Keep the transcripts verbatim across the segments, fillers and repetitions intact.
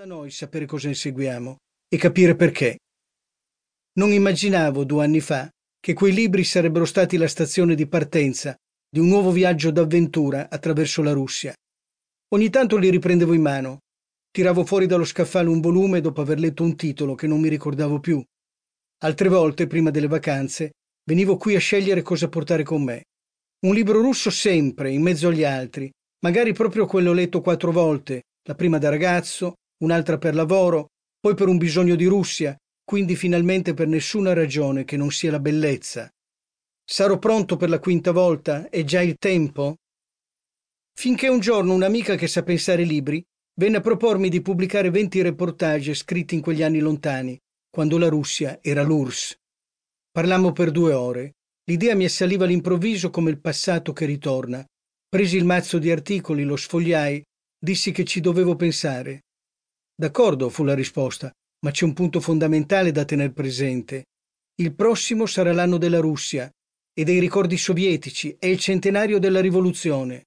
da noi sapere cosa inseguiamo e capire perché. Non immaginavo due anni fa che quei libri sarebbero stati la stazione di partenza di un nuovo viaggio d'avventura attraverso la Russia. Ogni tanto li riprendevo in mano, tiravo fuori dallo scaffale un volume dopo aver letto un titolo che non mi ricordavo più. Altre volte, prima delle vacanze, venivo qui a scegliere cosa portare con me. Un libro russo sempre, in mezzo agli altri, magari proprio quello letto quattro volte, la prima da ragazzo, un'altra per lavoro, poi per un bisogno di Russia, quindi finalmente per nessuna ragione che non sia la bellezza. Sarò pronto per la quinta volta? È già il tempo? Finché un giorno un'amica che sa pensare libri venne a propormi di pubblicare venti reportage scritti in quegli anni lontani, quando la Russia era l'U R S S. Parlammo per due ore. L'idea mi assaliva all'improvviso come il passato che ritorna. Presi il mazzo di articoli, lo sfogliai, dissi che ci dovevo pensare. D'accordo, fu la risposta, ma c'è un punto fondamentale da tener presente. Il prossimo sarà l'anno della Russia e dei ricordi sovietici, è il centenario della rivoluzione.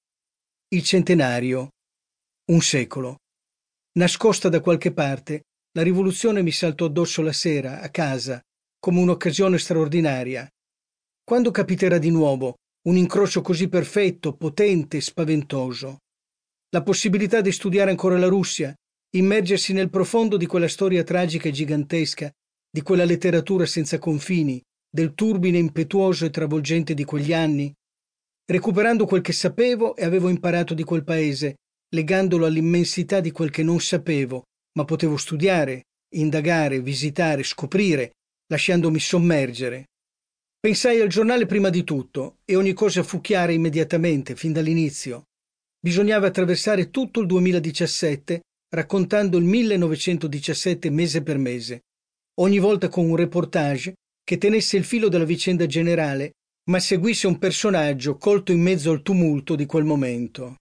Il centenario. Un secolo. Nascosta da qualche parte, la rivoluzione mi saltò addosso la sera, a casa, come un'occasione straordinaria. Quando capiterà di nuovo un incrocio così perfetto, potente e spaventoso? La possibilità di studiare ancora la Russia, immergersi nel profondo di quella storia tragica e gigantesca, di quella letteratura senza confini, del turbine impetuoso e travolgente di quegli anni? Recuperando quel che sapevo e avevo imparato di quel paese, legandolo all'immensità di quel che non sapevo, ma potevo studiare, indagare, visitare, scoprire, lasciandomi sommergere. Pensai al giornale prima di tutto e ogni cosa fu chiara immediatamente, fin dall'inizio. Bisognava attraversare tutto il duemiladiciassette raccontando il millenovecentodiciassette mese per mese, ogni volta con un reportage che tenesse il filo della vicenda generale, ma seguisse un personaggio colto in mezzo al tumulto di quel momento.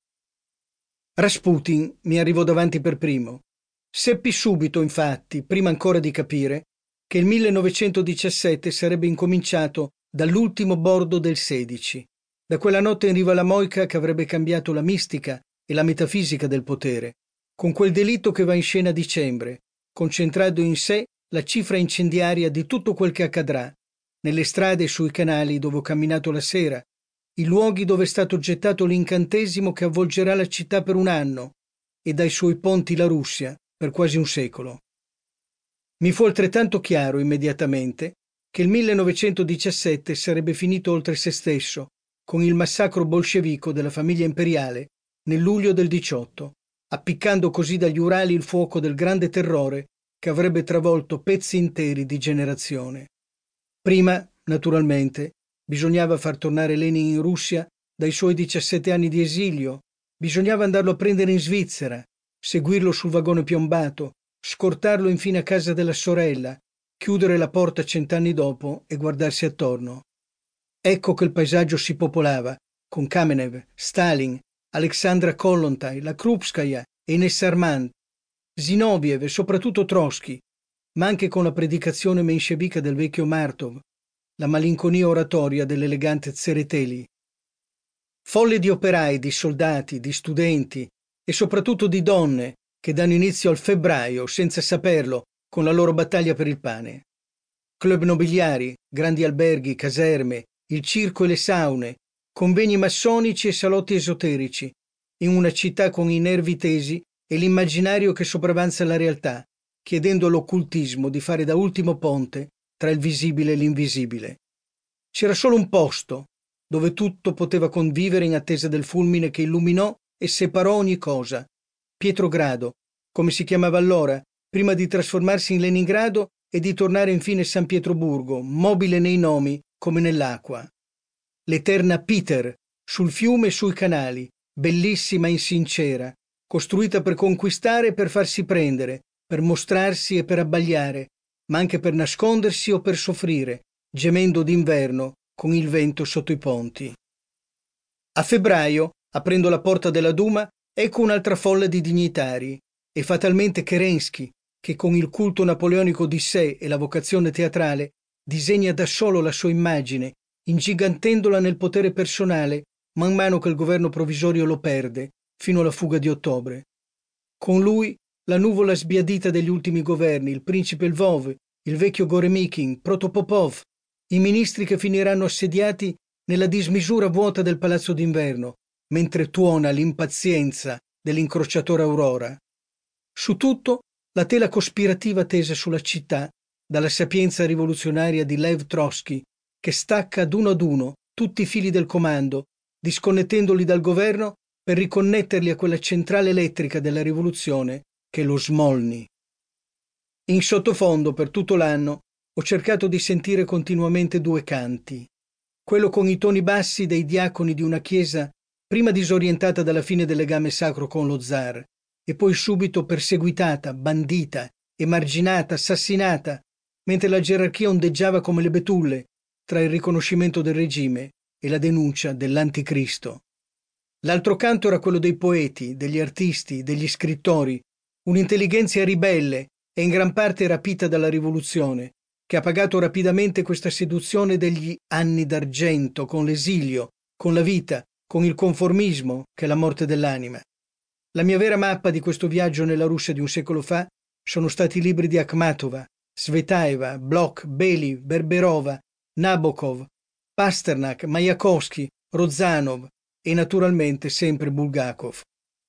Rasputin mi arrivò davanti per primo. Seppi subito, infatti, prima ancora di capire, che il millenovecentodiciassette sarebbe incominciato dall'ultimo bordo del sedici, da quella notte in riva alla Moica che avrebbe cambiato la mistica e la metafisica del potere, con quel delitto che va in scena a dicembre, concentrando in sé la cifra incendiaria di tutto quel che accadrà, nelle strade e sui canali dove ho camminato la sera, i luoghi dove è stato gettato l'incantesimo che avvolgerà la città per un anno e dai suoi ponti la Russia per quasi un secolo. Mi fu altrettanto chiaro immediatamente che il millenovecentodiciassette sarebbe finito oltre se stesso, con il massacro bolscevico della famiglia imperiale nel luglio del diciotto, appiccando così dagli Urali il fuoco del grande terrore che avrebbe travolto pezzi interi di generazione. Prima, naturalmente, bisognava far tornare Lenin in Russia dai suoi diciassette anni di esilio, bisognava andarlo a prendere in Svizzera, seguirlo sul vagone piombato, scortarlo infine a casa della sorella, chiudere la porta cent'anni dopo e guardarsi attorno. Ecco che il paesaggio si popolava, con Kamenev, Stalin, Alexandra Kollontai, la Krupskaya e Ines Armand, Zinoviev e soprattutto Trotsky, ma anche con la predicazione menscevica del vecchio Martov, la malinconia oratoria dell'elegante Tsereteli. Folle di operai, di soldati, di studenti e soprattutto di donne che danno inizio al febbraio, senza saperlo, con la loro battaglia per il pane. Club nobiliari, grandi alberghi, caserme, il circo e le saune, convegni massonici e salotti esoterici, in una città con i nervi tesi e l'immaginario che sopravanza la realtà, chiedendo all'occultismo di fare da ultimo ponte tra il visibile e l'invisibile. C'era solo un posto dove tutto poteva convivere in attesa del fulmine che illuminò e separò ogni cosa. Pietrogrado, come si chiamava allora, prima di trasformarsi in Leningrado e di tornare infine San Pietroburgo, mobile nei nomi come nell'acqua. L'eterna Peter, sul fiume e sui canali, bellissima e insincera, costruita per conquistare e per farsi prendere, per mostrarsi e per abbagliare, ma anche per nascondersi o per soffrire, gemendo d'inverno con il vento sotto i ponti. A febbraio, aprendo la porta della Duma, ecco un'altra folla di dignitari, e fatalmente Kerensky, che con il culto napoleonico di sé e la vocazione teatrale disegna da solo la sua immagine, ingigantendola nel potere personale man mano che il governo provvisorio lo perde, fino alla fuga di ottobre. Con lui la nuvola sbiadita degli ultimi governi, il principe Lvov, il vecchio Goremykin, Protopopov, i ministri che finiranno assediati nella dismisura vuota del palazzo d'inverno, mentre tuona l'impazienza dell'incrociatore Aurora. Su tutto la tela cospirativa tesa sulla città dalla sapienza rivoluzionaria di Lev Trotsky, che stacca ad uno ad uno tutti i fili del comando, disconnettendoli dal governo per riconnetterli a quella centrale elettrica della rivoluzione che è lo Smolny. In sottofondo per tutto l'anno ho cercato di sentire continuamente due canti, quello con i toni bassi dei diaconi di una chiesa prima disorientata dalla fine del legame sacro con lo zar e poi subito perseguitata, bandita, emarginata, assassinata, mentre la gerarchia ondeggiava come le betulle tra il riconoscimento del regime e la denuncia dell'anticristo. L'altro canto era quello dei poeti, degli artisti, degli scrittori, un'intelligenza ribelle e in gran parte rapita dalla rivoluzione, che ha pagato rapidamente questa seduzione degli anni d'argento con l'esilio, con la vita, con il conformismo, che è la morte dell'anima. La mia vera mappa di questo viaggio nella Russia di un secolo fa sono stati i libri di Akhmatova, Svetaeva, Bloch, Beli, Berberova, Nabokov, Pasternak, Majakovskij, Rozanov e naturalmente sempre Bulgakov.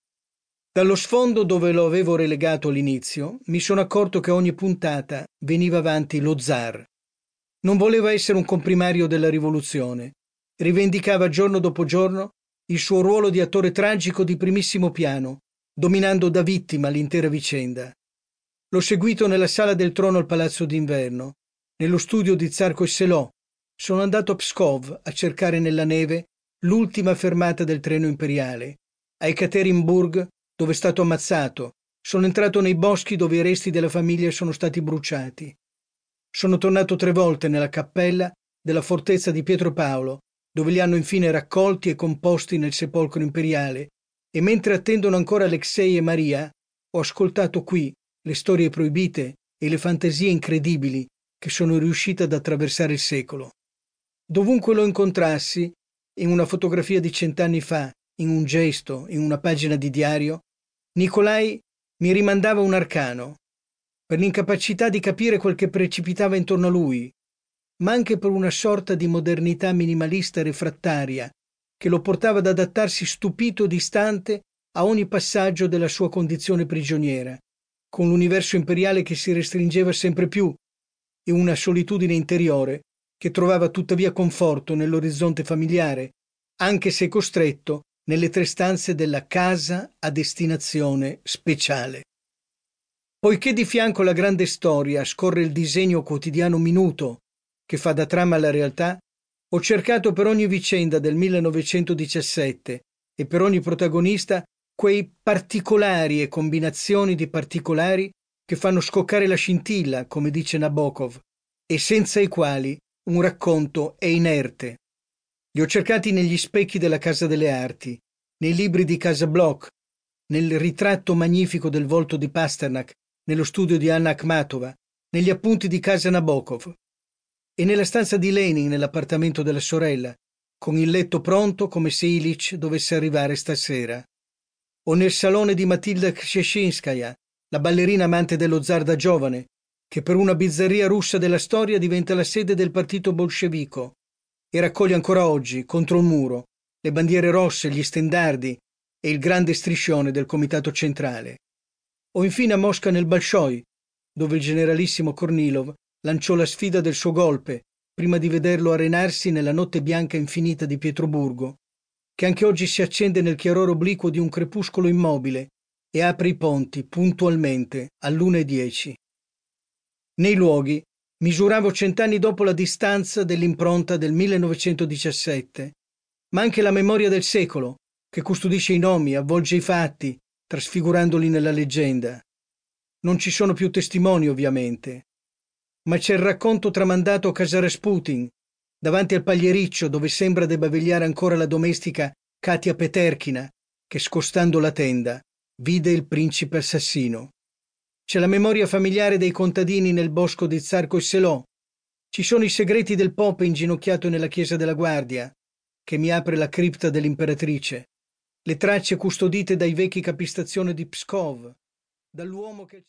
Dallo sfondo dove lo avevo relegato all'inizio, mi sono accorto che ogni puntata veniva avanti lo zar. Non voleva essere un comprimario della rivoluzione. Rivendicava giorno dopo giorno il suo ruolo di attore tragico di primissimo piano, dominando da vittima l'intera vicenda. L'ho seguito nella sala del trono al Palazzo d'Inverno, nello studio di Tsarko e Selò. Sono andato a Pskov a cercare nella neve l'ultima fermata del treno imperiale, a Ekaterinburg, dove è stato ammazzato. Sono entrato nei boschi dove i resti della famiglia sono stati bruciati. Sono tornato tre volte nella cappella della fortezza di Pietro Paolo, dove li hanno infine raccolti e composti nel sepolcro imperiale, e mentre attendono ancora Alexei e Maria, ho ascoltato qui le storie proibite e le fantasie incredibili che sono riuscite ad attraversare il secolo. Dovunque lo incontrassi, in una fotografia di cent'anni fa, in un gesto, in una pagina di diario, Nicolai mi rimandava un arcano, per l'incapacità di capire quel che precipitava intorno a lui, ma anche per una sorta di modernità minimalista refrattaria che lo portava ad adattarsi stupito e distante a ogni passaggio della sua condizione prigioniera, con l'universo imperiale che si restringeva sempre più e una solitudine interiore che trovava tuttavia conforto nell'orizzonte familiare, anche se costretto nelle tre stanze della casa a destinazione speciale. Poiché di fianco alla grande storia scorre il disegno quotidiano minuto che fa da trama alla realtà, ho cercato per ogni vicenda del millenovecentodiciassette e per ogni protagonista quei particolari e combinazioni di particolari che fanno scoccare la scintilla, come dice Nabokov, e senza i quali un racconto è inerte. Li ho cercati negli specchi della Casa delle Arti, nei libri di Casa Bloch, nel ritratto magnifico del volto di Pasternak, nello studio di Anna Akhmatova, negli appunti di Casa Nabokov e nella stanza di Lenin nell'appartamento della sorella, con il letto pronto come se Illich dovesse arrivare stasera, o nel salone di Matilda Ksheshinskaya, la ballerina amante dello zar da giovane, che per una bizzarria russa della storia diventa la sede del partito bolscevico e raccoglie ancora oggi, contro un muro, le bandiere rosse, gli stendardi e il grande striscione del comitato centrale. O infine a Mosca nel Bolshoi, dove il generalissimo Kornilov lanciò la sfida del suo golpe prima di vederlo arenarsi nella notte bianca infinita di Pietroburgo, che anche oggi si accende nel chiarore obliquo di un crepuscolo immobile e apre i ponti puntualmente all'una e dieci. Nei luoghi misuravo cent'anni dopo la distanza dell'impronta del millenovecentodiciassette, ma anche la memoria del secolo, che custodisce i nomi, avvolge i fatti, trasfigurandoli nella leggenda. Non ci sono più testimoni, ovviamente, ma c'è il racconto tramandato a casa Rasputin, davanti al pagliericcio dove sembra debba vegliare ancora la domestica Katia Peterkina, che scostando la tenda vide il principe assassino. C'è la memoria familiare dei contadini nel bosco di Tsarko e Selò. Ci sono i segreti del Pope inginocchiato nella chiesa della Guardia, che mi apre la cripta dell'imperatrice, le tracce custodite dai vecchi capistazione di Pskov, dall'uomo che